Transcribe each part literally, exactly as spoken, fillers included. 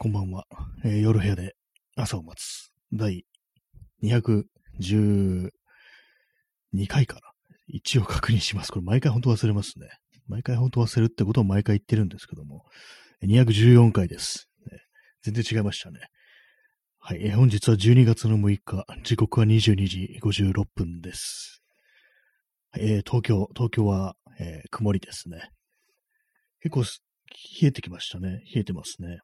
こんばんは。えー夜部屋で朝を待つ。第にひゃくじゅうにかいかな。一応確認します。これ毎回本当忘れますね。毎回本当忘れるってことを毎回言ってるんですけども、にひゃくじゅうよんかいです。ね全然違いましたね。はい、えー本日はじゅうにがつのむいか、時刻はにじゅうにじごじゅうろっぷんです。はいえー東京、東京は、えー曇りですね。結構す冷えてきましたね。冷えてますね。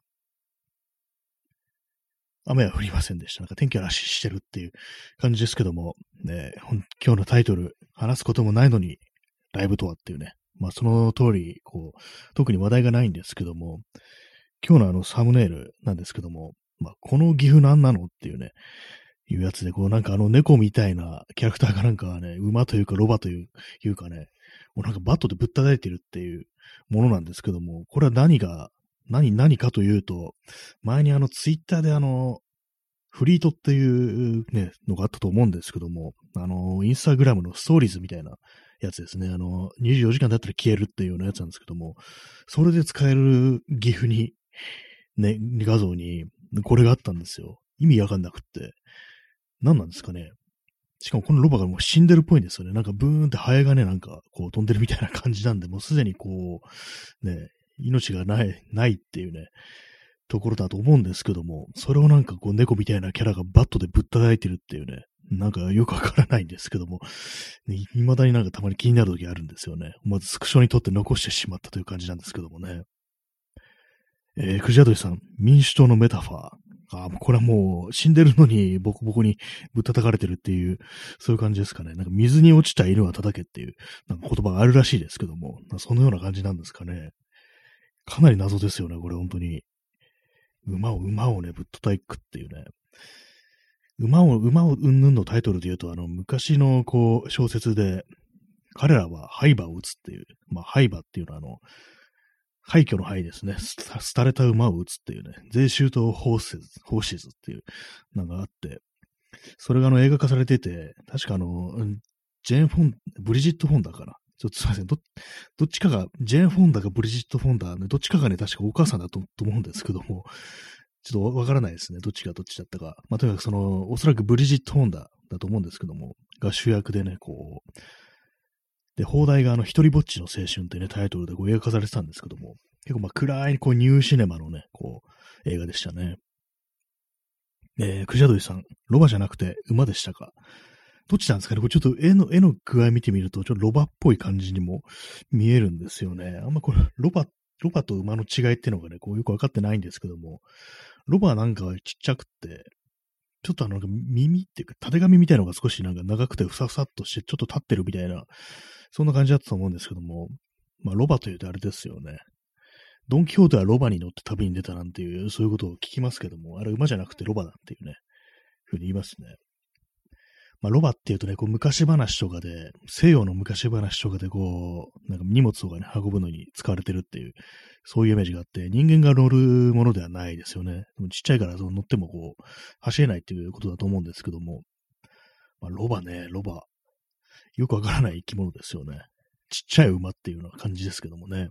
雨は降りませんでした。なんか天気はらししてるっていう感じですけども、ね、ほん今日のタイトル、話すこともないのに、ライブとはっていうね、まあその通り、こう、特に話題がないんですけども、今日のあのサムネイルなんですけども、まあこの岐阜なんなのっていうね、いうやつで、こうなんかあの猫みたいなキャラクターがなんかね、馬というかロバといういうかね、もうなんかバットでぶったたいてるっていうものなんですけども、これは何が、何、何かというと、前にあのツイッターであの、フリートっていうね、のがあったと思うんですけども、あの、インスタグラムのストーリーズみたいなやつですね。あの、にじゅうよじかんだったら消えるっていうようなやつなんですけども、それで使えるギフに、ね、画像に、これがあったんですよ。意味わかんなくって。何なんですかね。しかもこのロバがもう死んでるっぽいんですよね。なんかブーンってハエがね、なんかこう飛んでるみたいな感じなんで、もうすでにこう、ね、命がない、ないっていうね、ところだと思うんですけども、それをなんかこう猫みたいなキャラがバットでぶったたいてるっていうね、なんかよくわからないんですけども、ね未だになんかたまに気になる時あるんですよね。まずスクショにとって残してしまったという感じなんですけどもね。えー、クジラドリさん、民主党のメタファー。あーこれはもう死んでるのにボコボコにぶったたかれてるっていう、そういう感じですかね。なんか水に落ちた犬は叩けっていうなんか言葉があるらしいですけども、そのような感じなんですかね。かなり謎ですよね、これ本当に。馬を、馬をね、ぶっ叩くっていうね。馬を、馬をうんぬんのタイトルで言うと、あの、昔の、こう、小説で、彼らは廃馬を打つっていう、まあ、廃馬っていうのは、あの、廃墟の廃ですね。す廃れた馬を打つっていうね、税収とホース、ホーシーズっていうのがあって、それがあの映画化されてて、確かあの、ジェーン・フォン、ブリジット・フォンダかな。ちょっとすいません。ど、どっちかが、ジェーン・フォンダかブリジット・フォンダ、ね、どっちかがね、確かお母さんだと、と思うんですけども、ちょっとわからないですね。どっちがどっちだったか。まあ、とにかくその、おそらくブリジット・フォンダだと思うんですけども、が主役でね、こう、で、放題があの、一人ぼっちの青春ってね、タイトルでこう映画化されてたんですけども、結構まあ暗いこうニューシネマのね、こう、映画でしたね。えー、クジャドリさん、ロバじゃなくて馬でしたか？どっちなんですかね？これちょっと絵の、絵の具合見てみると、ちょっとロバっぽい感じにも見えるんですよね。あんまこれ、ロバ、ロバと馬の違いっていうのがね、こうよくわかってないんですけども、ロバなんかはちっちゃくって、ちょっとあの、なんか耳っていうか、縦髪みたいなのが少しなんか長くてふさふさっとして、ちょっと立ってるみたいな、そんな感じだったと思うんですけども、まあ、ロバというとあれですよね。ドンキホーテはロバに乗って旅に出たなんていう、そういうことを聞きますけども、あれ馬じゃなくてロバだっていうね、ふうに言いますね。まあ、ロバっていうとね、こう昔話とかで、西洋の昔話とかでこう、なんか荷物とかね、運ぶのに使われてるっていう、そういうイメージがあって、人間が乗るものではないですよね。ちっちゃいからその乗ってもこう、走れないっていうことだと思うんですけども、まあ、ロバね、ロバ。よくわからない生き物ですよね。ちっちゃい馬っていうような感じですけどもね。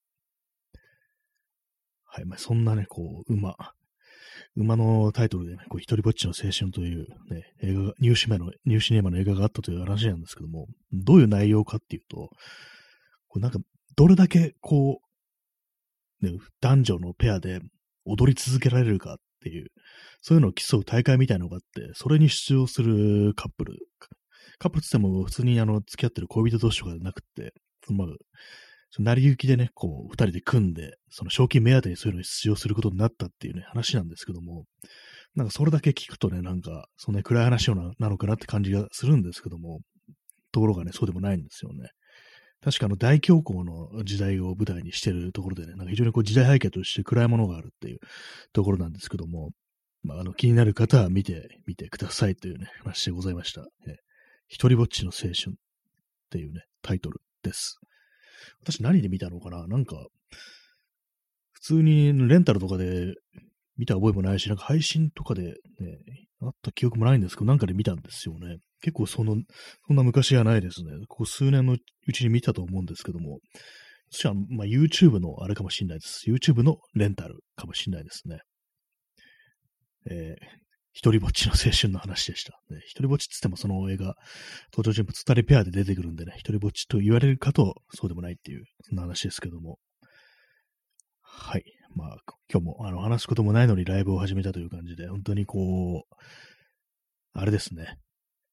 はい。まあ、そんなね、こう、馬。馬のタイトルでね、こう、一人ぼっちの青春というね、映画が、ニューシネマの、ニューシネマの映画があったという話なんですけども、どういう内容かっていうと、こうなんか、どれだけ、こう、ね、男女のペアで踊り続けられるかっていう、そういうのを競う大会みたいなのがあって、それに出場するカップル、カップルって言っても普通にあの、付き合ってる恋人同士とかじゃなくて、まあ、その成り行きでね、こう、二人で組んで、その賞金目当てにそういうのに出場することになったっていうね、話なんですけども、なんかそれだけ聞くとね、なんか、そのね、暗い話ななのかなって感じがするんですけども、ところがね、そうでもないんですよね。確かあの大恐慌の時代を舞台にしてるところでね、なんか非常にこう時代背景として暗いものがあるっていうところなんですけども、まあ、あの気になる方は見てみてくださいというね、話でございました。え一人ぼっちの青春っていうね、タイトルです。私何で見たのかななんか、普通にレンタルとかで見た覚えもないし、なんか配信とかでね、あった記憶もないんですけど、なんかで見たんですよね。結構その、そんな昔はないですね。ここ数年のうちに見たと思うんですけども、そしたら、まあ、YouTube のあれかもしれないです。YouTube のレンタルかもしれないですね。 えー、一人ぼっちの青春の話でした。ね、一人ぼっちって言ってもその映画、登場人物二人ペアで出てくるんでね、一人ぼっちと言われるかと、そうでもないっていう、そんな話ですけども。はい。まあ、今日もあの話すこともないのにライブを始めたという感じで、本当にこう、あれですね。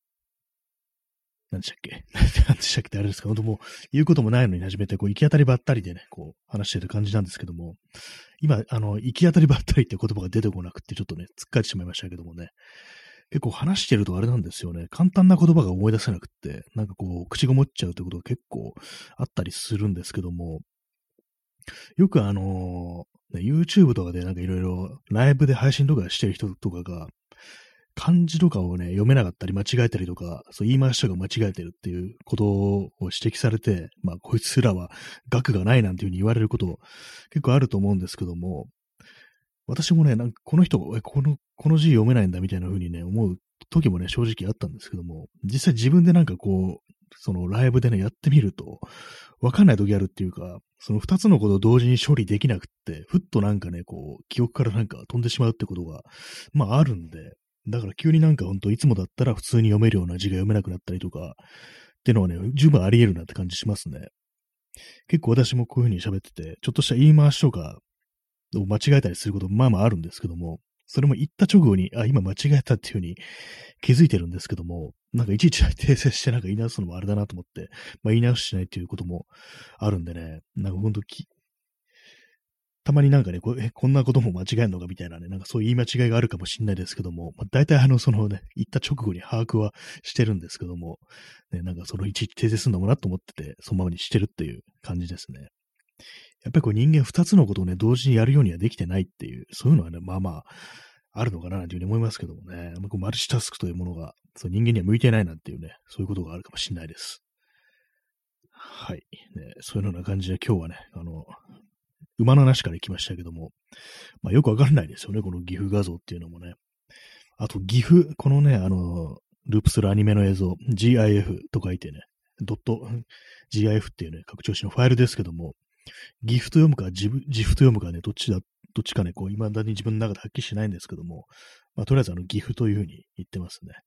何でしたっけ何でしたっけってあれですか、本当もう言うこともないのに始めて、こう行き当たりばったりでね、こう話してる感じなんですけども、今、あの、行き当たりばったりっていう言葉が出てこなくて、ちょっとね、つっかえてしまいましたけどもね、結構話してるとあれなんですよね、簡単な言葉が思い出せなくって、なんかこう、口が持っちゃうってことが結構あったりするんですけども、よくあのね、YouTube とかでなんかいろいろライブで配信とかしてる人とかが、漢字とかをね、読めなかったり間違えたりとか、そう言い回しとか間違えてるっていうことを指摘されて、まあ、こいつらは学がないなんていうふうに言われること結構あると思うんですけども、私もね、なんかこの人、え、この、この字読めないんだみたいな風にね、思う時もね、正直あったんですけども、実際自分でなんかこう、そのライブでね、やってみると、わかんない時あるっていうか、その二つのことを同時に処理できなくって、ふっとなんかね、こう、記憶からなんか飛んでしまうってことが、まああるんで、だから急になんかほんといつもだったら普通に読めるような字が読めなくなったりとか、っていうのはね、十分あり得るなって感じしますね。結構私もこういう風に喋ってて、ちょっとした言い回しとかを間違えたりすることまあまああるんですけども、それも言った直後に、あ、今間違えたっていう風に気づいてるんですけども、なんかいちいち訂正してなんか言い直すのもあれだなと思って、まあ言い直ししないっていうこともあるんでね、なんかほんとき、たまになんかね、こえ、こんなことも間違えるのかみたいなね、なんかそういう言い間違いがあるかもしれないですけども、まあ、大体あの、そのね、言った直後に把握はしてるんですけども、ね、なんかそのいちいち訂正するのもなと思ってて、そのままにしてるっていう感じですね。やっぱりこう人間二つのことをね、同時にやるようにはできてないっていう、そういうのはね、まあまあ、あるのかなというふうに思いますけどもね、まあ、こうマルチタスクというものが、そう人間には向いてないなんていうね、そういうことがあるかもしれないです。はい。ね、そういうような感じで今日はね、あの、馬の話から行きましたけども、まあ、よくわかんないですよね、この岐阜画像っていうのもね。あと、岐阜、このね、あの、ループするアニメの映像、ジーアイエフ と書いてね、ドット、ジーアイエフ っていうね、拡張子のファイルですけども、岐阜と読むか、ジブ、ジフと読むかね、どっちだ、どっちかね、こう、未だに自分の中ではっきりしないんですけども、まあ、とりあえずあの、岐阜というふうに言ってますね。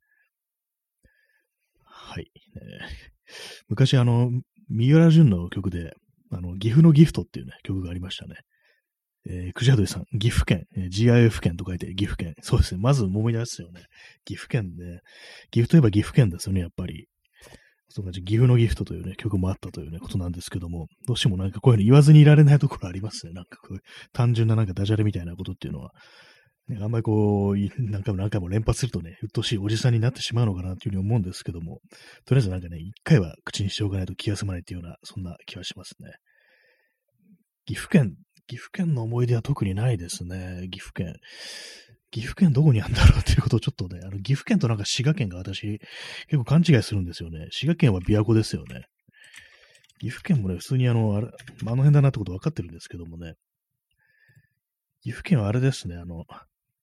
はい。ね、昔あの、三浦淳の曲で、あの、岐阜のギフトっていうね、曲がありましたね。えー、クジャドリさん、岐阜県、えー、ジーアイエフ 県と書いて岐阜県。そうですね。まず思い出すよね。岐阜県で、岐阜といえば岐阜県ですよね、やっぱり。そんな岐阜のギフトというね、曲もあったというね、ことなんですけども、どうしてもなんかこういうの言わずにいられないところありますね。なんかこういう単純ななんかダジャレみたいなことっていうのは、ね、あんまりこう、何回も何回も連発するとね、うっとうしいおじさんになってしまうのかなというふうに思うんですけども、とりあえずなんかね、一回は口にしておかないと気が済まないというような、そんな気はしますね。岐阜県、岐阜県の思い出は特にないですね。岐阜県。岐阜県どこにあるんだろうっていうことをちょっとね、あの、岐阜県となんか滋賀県が私、結構勘違いするんですよね。滋賀県は琵琶湖ですよね。岐阜県もね、普通にあの、あれ、あの辺だなってこと分かってるんですけどもね。岐阜県はあれですね、あの、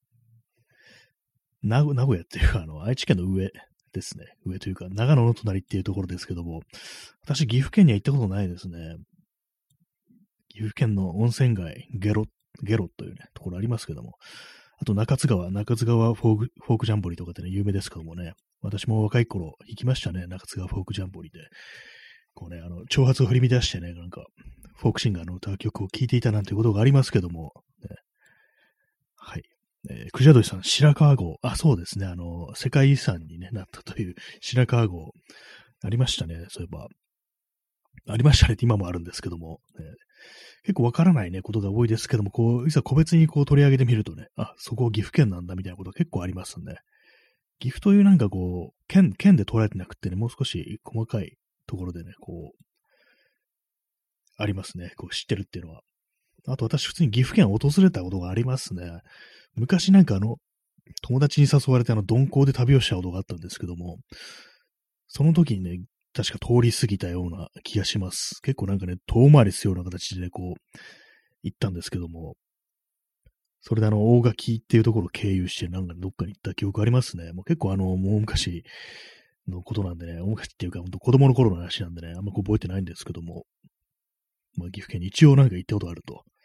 名古名古屋っていうか、あの、愛知県の上ですね。上というか、長野の隣っていうところですけども、私、岐阜県には行ったことないですね。岐阜県の温泉街、ゲロ、ゲロというね、ところありますけども、あと中津川、中津川フォーク、フォークジャンボリーとかってね、有名ですけどもね、私も若い頃行きましたね、中津川フォークジャンボリーで。こうね、あの、挑発を振り乱してね、なんか、フォークシンガーの歌曲を聴いていたなんていうことがありますけども、ね、はい。えー、クジャドリさん、白川郷。あ、そうですね、あの、世界遺産に、ね、なったという白川郷、ありましたね、そういえば。ありましたねって今もあるんですけども、ね、結構わからないね、ことが多いですけども、こう、いざ個別にこう取り上げてみるとね、あ、そこ岐阜県なんだみたいなこと結構ありますね。岐阜というなんかこう、県、県で捉えてなくってね、もう少し細かいところでね、こう、ありますね。こう知ってるっていうのは。あと私普通に岐阜県を訪れたことがありますね。昔なんかあの、友達に誘われてあの、鈍行で旅をしたことがあったんですけども、その時にね、確か通り過ぎたような気がします。結構なんかね、遠回りするような形でね、こう、行ったんですけども、それであの、大垣っていうところを経由して、なんかどっかに行った記憶ありますね。もう結構あの、もう昔のことなんでね、大昔っていうか、本当子供の頃の話なんでね、あんま覚えてないんですけども、まあ、岐阜県に一応なんか行ったことがあると。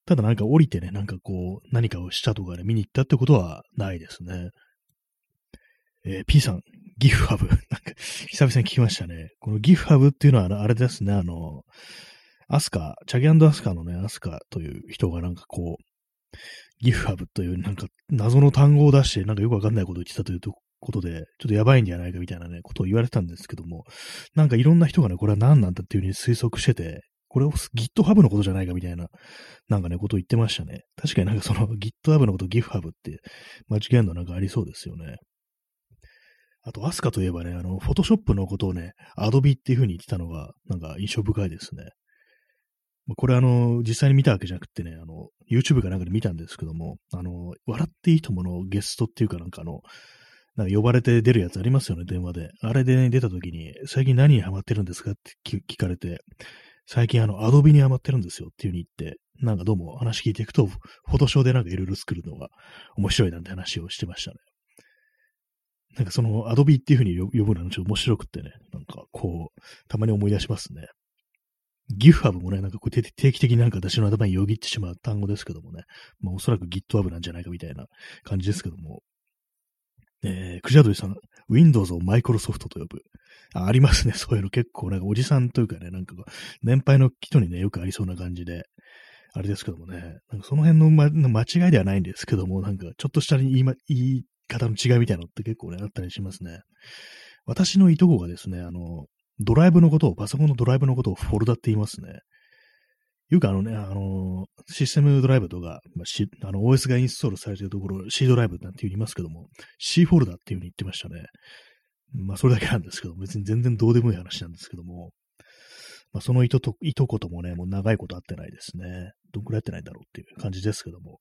ただなんか降りてね、なんかこう、何かをしたとかね、見に行ったってことはないですね。えー、P さん、ギフハブ。なんか、久々に聞きましたね。このギフハブっていうのは、あれですね、あの、アスカ、チャギアスカのね、アスカという人がなんかこう、ギフハブというなんか謎の単語を出して、なんかよくわかんないことを言ってたということで、ちょっとやばいんじゃないかみたいなね、ことを言われたんですけども、なんかいろんな人がね、これは何なんだっていうふうに推測してて、これを GitHub のことじゃないかみたいな、なんかね、ことを言ってましたね。確かになんかその GitHub のことを GitHub って間違えるのなんかありそうですよね。あと、アスカといえばね、あの、フォトショップのことをね、アドビっていう風に言ってたのが、なんか印象深いですね。これあの、実際に見たわけじゃなくてね、あの、YouTube かなんかで見たんですけども、あの、笑っていいとものゲストっていうかなんかあの、なんか呼ばれて出るやつありますよね、電話で。あれでね、出た時に、最近何にハマってるんですかって聞聞かれて、最近あの、アドビにハマってるんですよっていう風に言って、なんかどうも話聞いていくと、フォトショーでなんかいろいろ作るのが面白いなんて話をしてましたね。なんかそのアドビっていう風に呼ぶのはちょっと面白くってね、なんかこう、たまに思い出しますね。ギフハブもね、なんかこう定期的になんか私の頭によぎってしまう単語ですけどもね、まあおそらく GitHub なんじゃないかみたいな感じですけども、えー、クジャドリさん、Windows を Microsoft と呼ぶ。あ、ありますね、そういうの結構なんかおじさんというかね、なんか年配の人にね、よくありそうな感じで、あれですけどもね、なんかその辺の、ま、間違いではないんですけども、なんかちょっとした言い,、ま、言い方の違いみたいなのって結構ね、あったりしますね。私のいとこがですね、あの、ドライブのことを、パソコンのドライブのことをフォルダって言いますね。いうか、あのね、あの、システムドライブとか、まあ、しあの オーエス がインストールされているところ、C ドライブなんて言いますけども、C フォルダっていう風に言ってましたね。まあ、それだけなんですけど、別に全然どうでもいい話なんですけども、まあ、そのいとと、いとこともね、もう長いこと会ってないですね。どんくらい会ってないんだろうっていう感じですけども。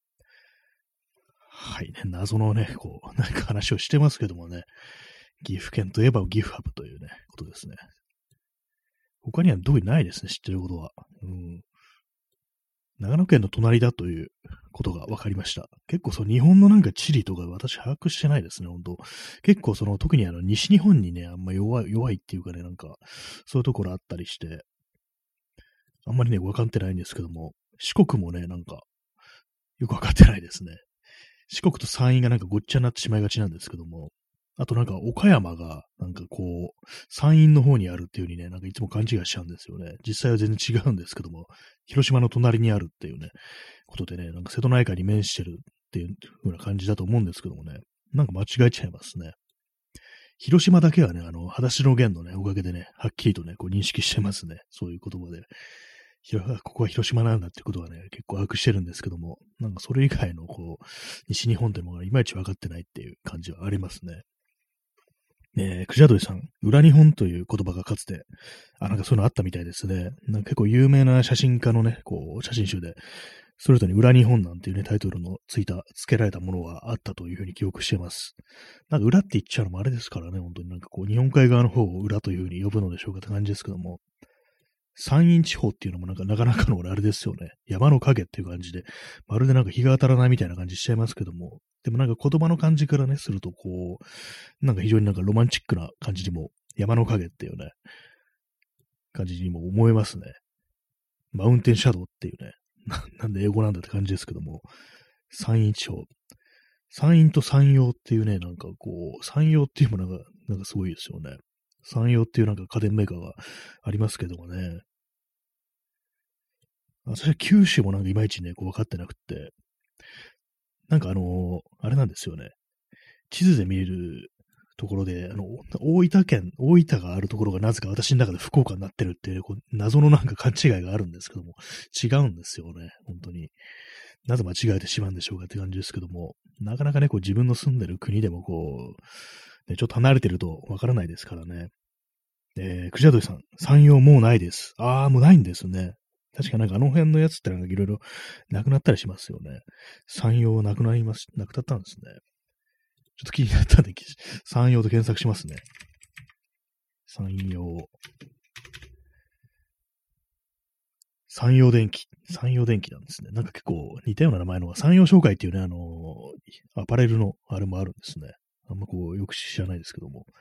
はいね、謎のね、こう、なんか話をしてますけどもね、岐阜県といえば岐阜ハブというね、ことですね。他には特にないですね、知ってることは。うん、長野県の隣だということが分かりました。結構そう、日本のなんか地理とか私把握してないですね、本当結構その、特にあの、西日本にね、あんま弱い、弱いっていうかね、なんか、そういうところあったりして、あんまりね、分かってないんですけども、四国もね、なんか、よく分かってないですね。四国と山陰がなんかごっちゃになってしまいがちなんですけども、あとなんか岡山がなんかこう、山陰の方にあるっていう風にね、なんかいつも勘違いしちゃうんですよね。実際は全然違うんですけども、広島の隣にあるっていうね、ことでね、なんか瀬戸内海に面してるっていう風な感じだと思うんですけどもね、なんか間違えちゃいますね。広島だけはね、あの、裸足の弦のね、おかげでね、はっきりとね、こう認識してますね。そういう言葉で。ここは広島なんだってことはね、結構把握してるんですけども、なんかそれ以外のこう、西日本でもいまいち分かってないっていう感じはありますね。えー、クジャドリさん、裏日本という言葉がかつて、あ、なんかそういうのあったみたいですね。なんか結構有名な写真家のね、こう、写真集で、ストレートに裏日本なんていうね、タイトルのついた、付けられたものがあったというふうに記憶しています。なんか裏って言っちゃうのもあれですからね、本当になんかこう、日本海側の方を裏というふうに呼ぶのでしょうかって感じですけども、山陰地方っていうのもなんかなかなかのあれですよね。山の影っていう感じで、まるでなんか日が当たらないみたいな感じしちゃいますけども、でもなんか言葉の感じからね、するとこう、なんか非常になんかロマンチックな感じにも、山の影っていうね、感じにも思えますね。マウンテンシャドウっていうね、ななんで英語なんだって感じですけども、山陰地方。山陰と山陽っていうね、なんかこう、山陽っていうものが、なんかすごいですよね。山陽っていうなんか家電メーカーがありますけどもね、私は九州もなんかいまいちね、こう分かってなくって、なんかあのーあれなんですよね。地図で見れるところで、あの、大分県、大分があるところがなぜか私の中で福岡になってるっていう、こう謎のなんか勘違いがあるんですけども、違うんですよね、本当に。なぜ間違えてしまうんでしょうかって感じですけども、なかなかね、こう自分の住んでる国でもこう、ね、ちょっと離れてるとわからないですからね。えー、クジャドリさん、山陽もうないです。あー、もうないんですね。確かなんかあの辺のやつってなんかいろいろなくなったりしますよね。山陽なくなります、なくなったんですね。ちょっと気になったんで、山陽と検索しますね。山陽。山陽電機。山陽電機なんですね。なんか結構似たような名前のが、山陽商会っていうね、あのーアパレルのあれもあるんですね。あんまこう、よく知らないですけども。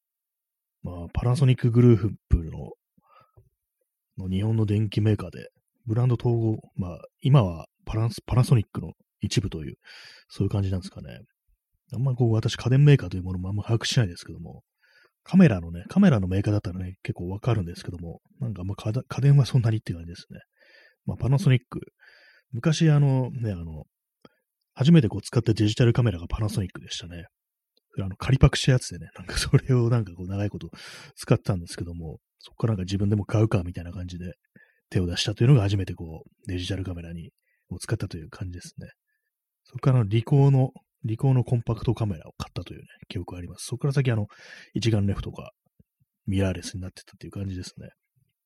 まあ、パナソニックグループのの日本の電機メーカーで、 ブランド統合、まあ、今はパランスパナソニックの一部という、そういう感じなんですかね。あんまこう、私、家電メーカーというものもあんま把握しないですけども、カメラのね、カメラのメーカーだったらね、結構わかるんですけども、なんかあんま家家電はそんなにって感じですね。まあ、パナソニック、昔あの、ね、あの、初めてこう使ったデジタルカメラがパナソニックでしたね。あの、仮パクしたやつでね、なんかそれをなんかこう長いこと使ってたんですけども、そこからなんか自分でも買うかみたいな感じで手を出したというのが初めてこうデジタルカメラにを使ったという感じですね。そこからリコーの、リコーのコンパクトカメラを買ったというね、記憶があります。そこから先あの、一眼レフとかミラーレスになってたという感じですね。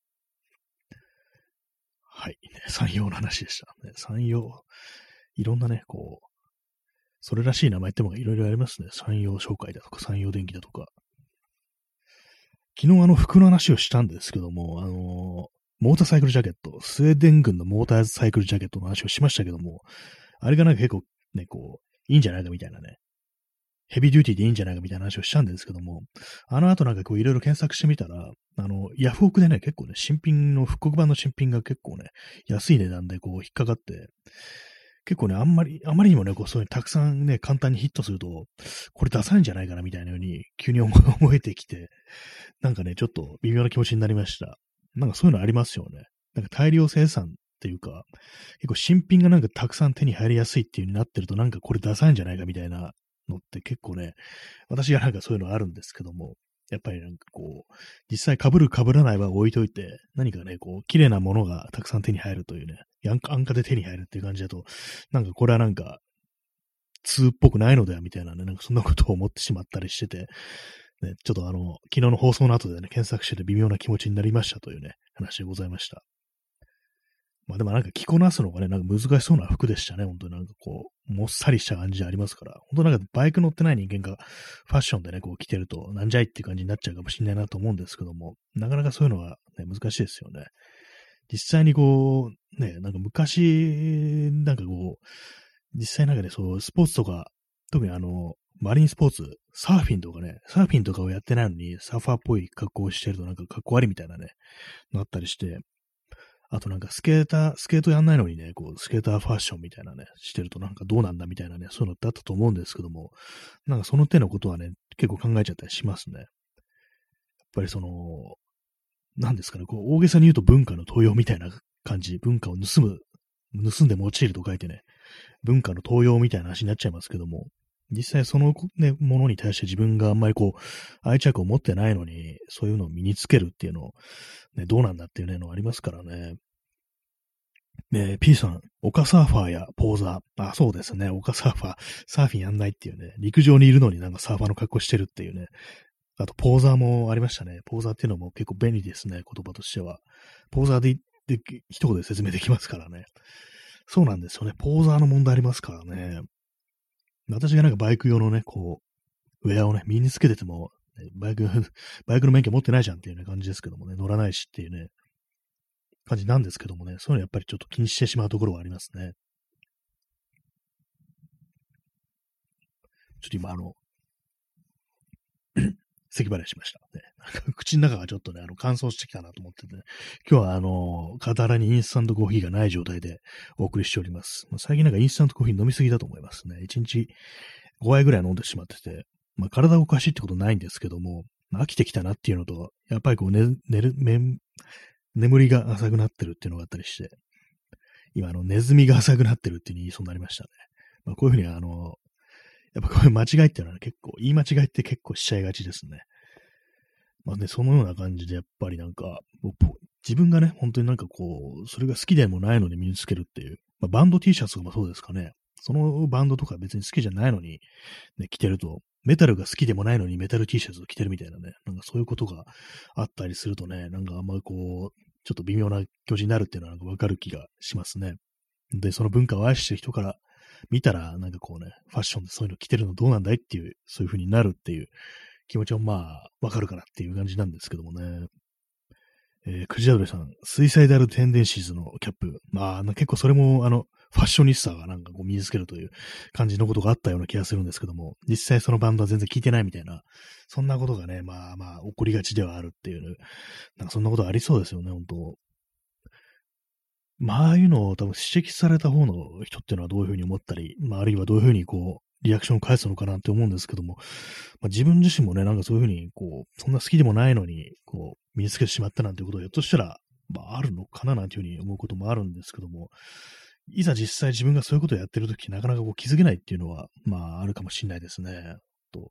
はい。山陽の話でした。ね、山陽、いろんなね、こう、それらしい名前ってもいろいろありますね。山陽商会だとか、山陽電機だとか。昨日あの服の話をしたんですけども、あのー、モーターサイクルジャケット、スウェーデン軍のモーターサイクルジャケットの話をしましたけども、あれがなんか結構ね、こう、いいんじゃないかみたいなね、ヘビーデューティーでいいんじゃないかみたいな話をしたんですけども、あの後なんかこういろいろ検索してみたら、あの、ヤフオクでね、結構ね、新品の復刻版の新品が結構ね、安い値段でこう引っかかって、結構ね、あんまり、あまりにもね、こう、そういうたくさんね、簡単にヒットすると、これダサいんじゃないかなみたいなように、急に思えてきて、なんかね、ちょっと微妙な気持ちになりました。なんかそういうのありますよね。なんか大量生産っていうか、結構新品がなんかたくさん手に入りやすいっていう風になってると、なんかこれダサいんじゃないかみたいなのって結構ね、私がなんかそういうのあるんですけども、やっぱりなんかこう、実際被る被らないは置いといて、何かね、こう、綺麗なものがたくさん手に入るというね、安価安価で手に入るっていう感じだと、なんかこれはなんか、通っぽくないのではみたいなね、なんかそんなことを思ってしまったりしてて、ね、ちょっとあの、昨日の放送の後でね、検索してて微妙な気持ちになりましたというね、話でございました。まあでもなんか着こなすのがね、なんか難しそうな服でしたね。本当になんかこう、もっさりした感じでありますから。本当なんかバイク乗ってない人間がファッションでね、こう着てると、なんじゃいっていう感じになっちゃうかもしれないなと思うんですけども、なかなかそういうのがね、難しいですよね。実際にこう、ね、なんか昔、なんかこう、実際なんかね、そう、スポーツとか、特にあの、マリンスポーツ、サーフィンとかね、サーフィンとかをやってないのに、サーファーっぽい格好をしてるとなんか格好悪いみたいなね、なったりして、あとなんかスケーター、スケートやんないのにね、こう、スケーターファッションみたいなね、してるとなんかどうなんだみたいなね、そういうのってあったと思うんですけども、なんかその手のことはね、結構考えちゃったりしますね。やっぱりその、なんですかね、こう、大げさに言うと文化の盗用みたいな感じ、文化を盗む、盗んで用いると書いてね、文化の盗用みたいな話になっちゃいますけども、実際その、ね、ものに対して自分があんまりこう、愛着を持ってないのに、そういうのを身につけるっていうのを、ね、どうなんだっていうねのありますからね。ね、P さん、丘サーファーやポーザー。あ、そうですね。丘サーファー、サーフィンやんないっていうね。陸上にいるのになんかサーファーの格好してるっていうね。あと、ポーザーもありましたね。ポーザーっていうのも結構便利ですね。言葉としては。ポーザーで、で、一言で説明できますからね。そうなんですよね。ポーザーの問題ありますからね。私がなんかバイク用のね、こう、ウェアをね、身につけてても、ね、バイク、バイクの免許持ってないじゃんっていうね感じですけどもね、乗らないしっていうね、感じなんですけどもね、そういうのやっぱりちょっと気にしてしまうところはありますね。ちょっと今、あの、咳払いしました。ね、口の中がちょっとね、あの、乾燥してきたなと思ってて、ね、今日はあの、傍らにインスタントコーヒーがない状態でお送りしております。まあ、最近なんかインスタントコーヒー飲みすぎだと思いますね。いちにちごはいぐらい飲んでしまってて、まあ、体をおかしいってことないんですけども、まあ、飽きてきたなっていうのと、やっぱりこう、ね、寝る、眠りが浅くなってるっていうのがあったりして、今、あの、ネズミが浅くなってるっていう風に言いそうになりましたね。まあ、こういうふうに、あの、やっぱこういう間違いっていうのは結構、言い間違いって結構しちゃいがちですね。まあね、そのような感じで、やっぱりなんか、自分がね、本当になんかこう、それが好きでもないのに身につけるっていう、まあ、バンド T シャツとかもそうですかね。そのバンドとか別に好きじゃないのに、ね、着てると、メタルが好きでもないのにメタル T シャツを着てるみたいなね、なんかそういうことがあったりするとね、なんかあんまりこう、ちょっと微妙な気持ちになるっていうのはなんかわかる気がしますね。で、その文化を愛してる人から見たら、なんかこうね、ファッションでそういうの着てるのどうなんだいっていう、そういう風になるっていう気持ちもまあ、わかるかなっていう感じなんですけどもね。えー、クジラドレさん、スイサイダルテンデンシーズのキャップ。まあ、結構それも、あの、ファッショニスタがなんかこう身につけるという感じのことがあったような気がするんですけども、実際そのバンドは全然聞いてないみたいな、そんなことがね、まあまあ、起こりがちではあるっていう、なんかそんなことありそうですよね、本当まあ、ああいうのを多分指摘された方の人っていうのはどういうふうに思ったり、まあ、あるいはどういうふうにこう、リアクションを返すのかなって思うんですけども、まあ、自分自身もね、なんかそういうふうに、こう、そんな好きでもないのに、こう、身につけてしまったなんていうことをひょっとしたら、まあ、あるのかななんていうふうに思うこともあるんですけども、いざ実際自分がそういうことをやってるとき、なかなかこう気づけないっていうのは、まあ、あるかもしれないですね。と、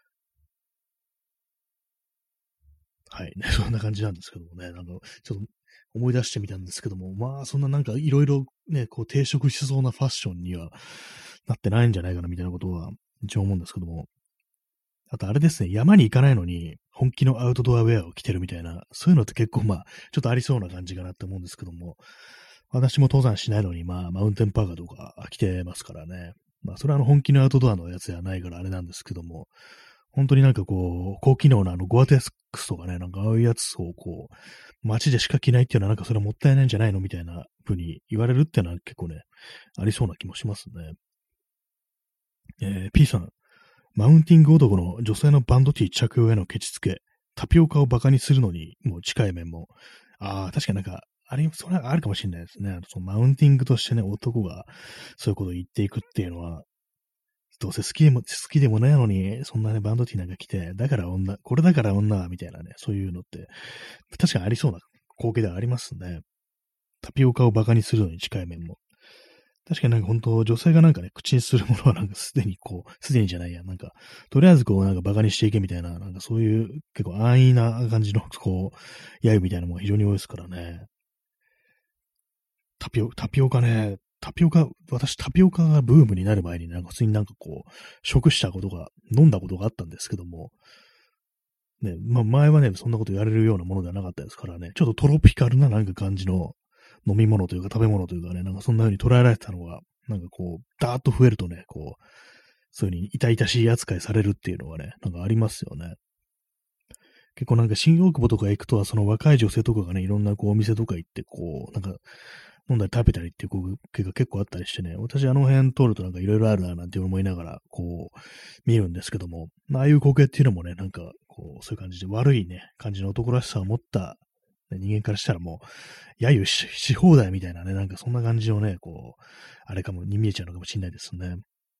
はい、ね、そんな感じなんですけどもね、なんか、ちょっと思い出してみたんですけども、まあ、そんななんかいろいろね、こう抵触しそうなファッションにはなってないんじゃないかなみたいなことは一応思うんですけども、あとあれですね、山に行かないのに本気のアウトドアウェアを着てるみたいな、そういうのって結構まあ、ちょっとありそうな感じかなって思うんですけども、私も登山しないのに、まあ、マウンテンパーカーとか着てますからね。まあ、それはあの本気のアウトドアのやつじゃないからあれなんですけども、本当になんかこう、高機能なあのゴアテックスとかね、なんかああいうやつをこう、街でしか着ないっていうのはなんかそれもったいないんじゃないのみたいな風に言われるっていうのは結構ね、ありそうな気もしますね。えー、P さん、マウンティング男の女性のバンドティー着用へのケチつけ、タピオカをバカにするのにもう近い面も、ああ、確かになんか、あれ、それはあるかもしれないですね。あのそのマウンティングとしてね、男がそういうことを言っていくっていうのは、どうせ好きでも、好きでもないのに、そんなね、バンドティーなんか来て、だから女、これだから女は、みたいなね、そういうのって、確かにありそうな光景ではありますね。タピオカをバカにするのに近い面も。確かになんか本当、女性がなんかね、口にするものはなんかすでにこう、すでにじゃないや、なんか、とりあえずこうなんかバカにしていけみたいな、なんかそういう結構安易な感じのこう、揶揄みたいなのも非常に多いですからね。タピオ、タピオカね、タピオカ、私タピオカがブームになる前になんか普通になんかこう、食したことが、飲んだことがあったんですけども、ね、まあ前はね、そんなこと言われるようなものではなかったですからね、ちょっとトロピカルななんか感じの飲み物というか食べ物というかね、なんかそんな風に捉えられてたのが、なんかこう、ダーッと増えるとね、こう、そういう風に痛々しい扱いされるっていうのがね、なんかありますよね。結構なんか新大久保とか行くと、その若い女性とかがね、いろんなこうお店とか行って、こう、なんか飲んだり食べたりっていう光景が結構あったりしてね、私あの辺通るとなんかいろいろあるななんて思いながら、こう、見るんですけども、まああいう光景っていうのもね、なんか、こう、そういう感じで悪いね、感じの男らしさを持ったね人間からしたらもう、揶揄しし放題みたいなね、なんかそんな感じのね、こう、あれかも、に見えちゃうのかもしれないですね。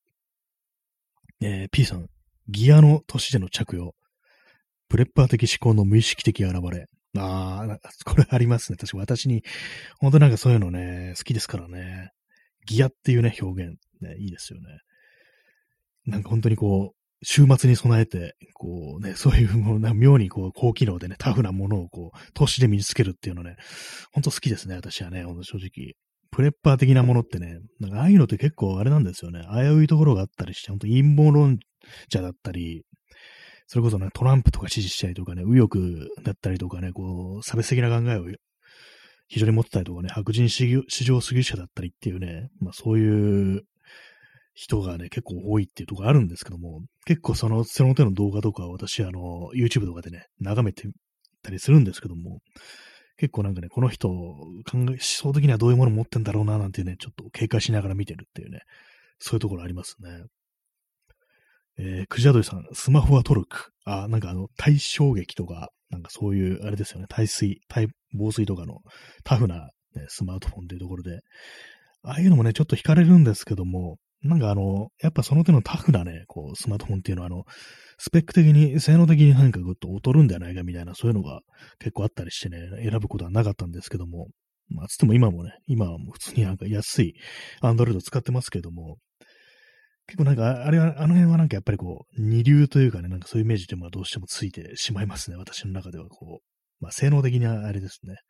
えー、P さん、ギアの年での着用。プレッパー的思考の無意識的現れ。ああ、なこれありますね。確か私に、本当なんかそういうのね、好きですからね。ギアっていうね、表現、ね、いいですよね。なんか本当にこう、週末に備えて、こうね、そういうもうな妙にこう、高機能でね、タフなものをこう、投資で身につけるっていうのね、ほんと好きですね、私はね、ほんと正直。プレッパー的なものってね、なんかああいうのって結構あれなんですよね。危ういところがあったりして、ほんと陰謀論者だったり、それこそね、トランプとか支持したりとかね、右翼だったりとかね、こう、差別的な考えを非常に持ってたりとかね、白人至上主義者だったりっていうね、まあそういう人がね、結構多いっていうところあるんですけども、結構その、その手の動画とか私、あの、YouTube とかでね、眺めてたりするんですけども、結構なんかね、この人、考え、思想的にはどういうもの持ってんだろうな、なんてね、ちょっと警戒しながら見てるっていうね、そういうところありますね。えー、クジラドリさん、スマホはトルク。あ、なんかあの、対衝撃とか、なんかそういう、あれですよね、耐水、耐防水とかのタフな、ね、スマートフォンというところで、ああいうのもね、ちょっと惹かれるんですけども、なんかあの、やっぱその手のタフなね、こう、スマートフォンっていうのは、あの、スペック的に、性能的に何かぐっと劣るんじゃないかみたいな、そういうのが結構あったりしてね、選ぶことはなかったんですけども、まあ、つっても今もね、今はもう普通になんか安いアンドロイド使ってますけども、結構なんか、あれは、あの辺はなんかやっぱりこう、二流というかね、なんかそういうイメージでもどうしてもついてしまいますね、私の中ではこう。まあ、性能的なあれですね。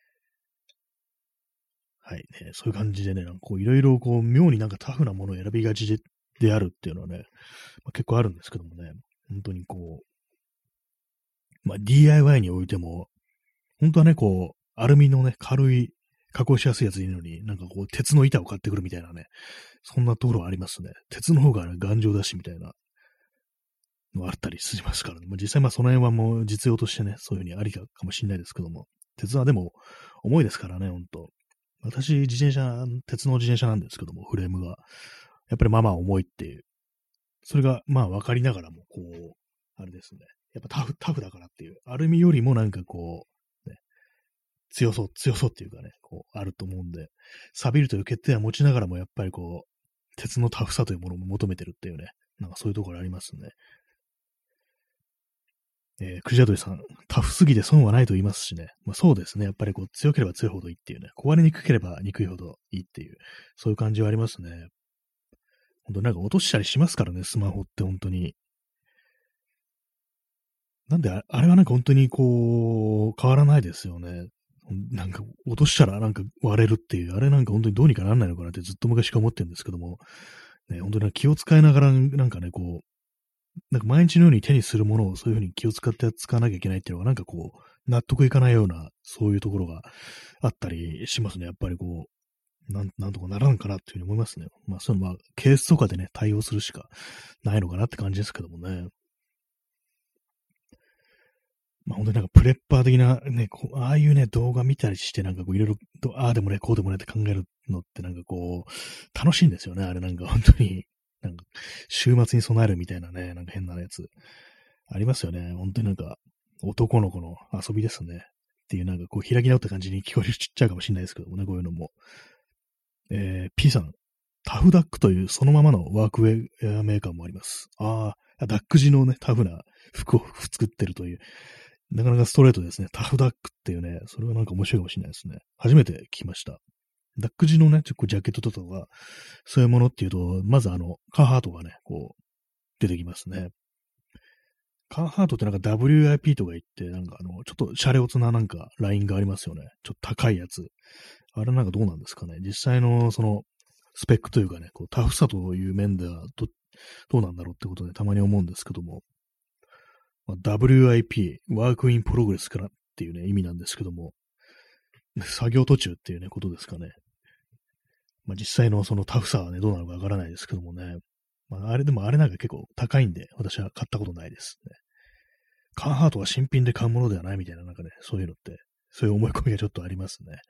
はい、ね。そういう感じでね、なんかこう、いろいろこう、妙になんかタフなものを選びがちでであるっていうのはね、まあ、結構あるんですけどもね、本当にこう、まあ、ディーアイワイ においても、本当はね、こう、アルミのね、軽い、加工しやすいやついいのに、なんかこう、鉄の板を買ってくるみたいなね、そんなところはありますね。鉄の方が、ね、頑丈だし、みたいなのあったりしますからね。まあ、実際まあその辺はもう実用としてね、そういうふうにありかかもしれないですけども、鉄はでも重いですからね、ほんと。私、自転車、鉄の自転車なんですけども、フレームが。やっぱりまあまあ重いっていう。それがまあ分かりながらも、こう、あれですね。やっぱタフ、タフだからっていう。アルミよりもなんかこう、ね、 強そう、強そうっていうかね、こう、あると思うんで、錆びるという欠点は持ちながらも、やっぱりこう、鉄のタフさというものも求めてるっていうね、なんかそういうところありますね。えー、クジャドリさん、タフすぎて損はないと言いますしね。まあそうですね。やっぱりこう強ければ強いほどいいっていうね。壊れにくければ憎いほどいいっていう、そういう感じはありますね。本当なんか落としたりしますからね、スマホって本当に。なんであ、あれはなんか本当にこう、変わらないですよね。なんか落としたらなんか割れるっていう、あれなんか本当にどうにかならないのかなってずっと昔から思ってるんですけども、ね、本当に気を使いながらなんかね、こう、なんか毎日のように手にするものをそういうふうに気を使って使わなきゃいけないっていうのがなんかこう、納得いかないような、そういうところがあったりしますね。やっぱりこう、なん、なんとかならんかなっていうふうに思いますね。まあ、そのまあ、ケースとかでね、対応するしかないのかなって感じですけどもね。まあ、本当になんかプレッパー的なね、こうああいうね、動画見たりして、なんかこういろいろと、ああでもね、こうでもねって考えるのってなんかこう、楽しいんですよね。あれなんか本当に、なんか週末に備えるみたいなね、なんか変なやつ。ありますよね。本当になんか、男の子の遊びですね。っていうなんかこう開き直った感じに聞こえるちっちゃいかもしれないですけどもね、こういうのも。えー、P さん、タフダックというそのままのワークウェアメーカーもあります。ああ、ダック地のね、タフな服を作ってるという、なかなかストレートですね。タフダックっていうね、それはなんか面白いかもしれないですね。初めて聞きました。ダック地のね、ちょっとジャケットとか、そういうものっていうと、まずあの、カーハートがね、こう、出てきますね。カーハートってなんか ダブリューアイピー とか言って、なんかあの、ちょっとシャレオツななんかラインがありますよね。ちょっと高いやつ。あれなんかどうなんですかね。実際のその、スペックというかね、こうタフさという面ではど、どうなんだろうってことでたまに思うんですけども、まあ、ダブリューアイピー、ワークインプログレスからっていうね、意味なんですけども、作業途中っていうね、ことですかね。まあ、実際のそのタフさはね、どうなのかわからないですけどもね。まあ、あれでもあれなんか結構高いんで、私は買ったことないですね。カーハートは新品で買うものではないみたいな、なんかね、そういうのって、そういう思い込みがちょっとありますね。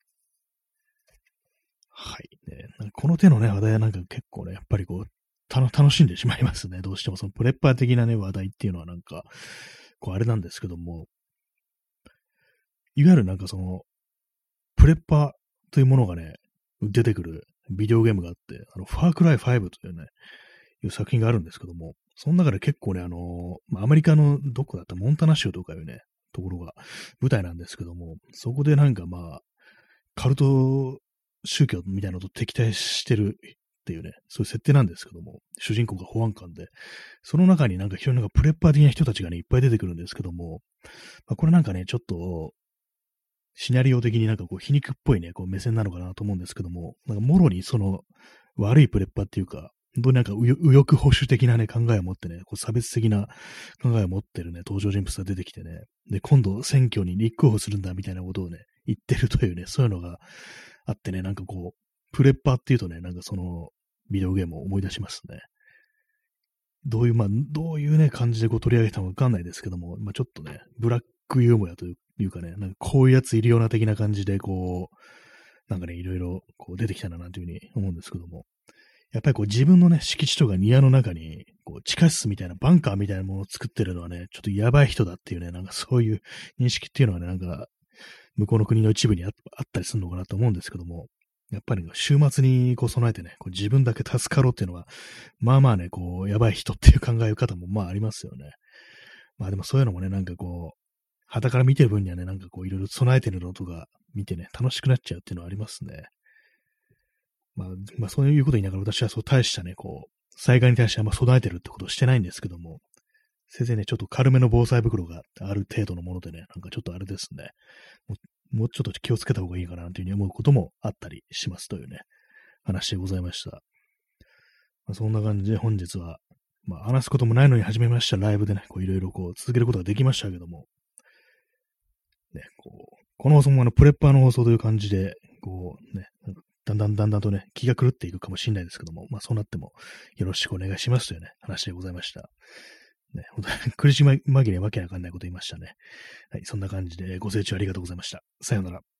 はい。ね、なんかこの手のね、話題はなんか結構ね、やっぱりこう、たの楽しんでしまいますね。どうしてもそのプレッパー的なね、話題っていうのはなんか、こうあれなんですけども、いわゆるなんかその、プレッパーというものがね、出てくるビデオゲームがあって、あの、ファークライファイブというね、いう作品があるんですけども、その中で結構ね、あのまあ、アメリカのどこだったモンタナ州とかいうね、ところが舞台なんですけども、そこでなんかまあ、カルト宗教みたいなのと敵対してるっていうね、そういう設定なんですけども、主人公が保安官で、その中になんか非常になんかプレッパー的な人たちがね、いっぱい出てくるんですけども、まあ、これなんかね、ちょっと、シナリオ的になんかこう皮肉っぽいね、こう目線なのかなと思うんですけども、なんかもろにその悪いプレッパーっていうか、本当になんか右翼保守的なね、考えを持ってね、こう差別的な考えを持ってるね、登場人物が出てきてね、で、今度選挙に立候補するんだみたいなことをね、言ってるというね、そういうのがあってね、なんかこう、プレッパーっていうとね、なんかその、ビデオゲームを思い出しますね。どういう、まあ、どういうね、感じでこう取り上げたのかわかんないですけども、まあちょっとね、ブラックユーモアというかね、なんかこういうやついるような的な感じで、こう、なんかね、いろいろこう出てきたななんていうふうに思うんですけども、やっぱりこう自分のね、敷地とか庭の中に、こう地下室みたいなバンカーみたいなものを作ってるのはね、ちょっとやばい人だっていうね、なんかそういう認識っていうのはね、なんか向こうの国の一部にあったりするのかなと思うんですけども、やっぱり週末にこう備えてね、こう自分だけ助かろうっていうのは、まあまあね、こう、やばい人っていう考え方もまあありますよね。まあでもそういうのもね、なんかこう、傍から見てる分にはね、なんかこういろいろ備えてるのとか見てね、楽しくなっちゃうっていうのはありますね。まあ、まあそういうこと言いながら私はそう大したね、こう、災害に対してあんま備えてるってことをしてないんですけども、せいぜいね、ちょっと軽めの防災袋がある程度のものでね、なんかちょっとあれですね、もうもうちょっと気をつけた方がいいかなというふうに思うこともあったりしますというね、話でございました。まあ、そんな感じで本日は、まあ話すこともないのに始めましたライブでね、こういろいろこう続けることができましたけども、ね、こう、この放送もあのプレッパーの放送という感じで、こうね、だんだんだんだんとね、気が狂っていくかもしれないですけども、まあそうなってもよろしくお願いしますというね、話でございました。ね、ほんと苦し紛れわけわかんないこと言いましたね。はい、そんな感じでご清聴ありがとうございました。さようなら。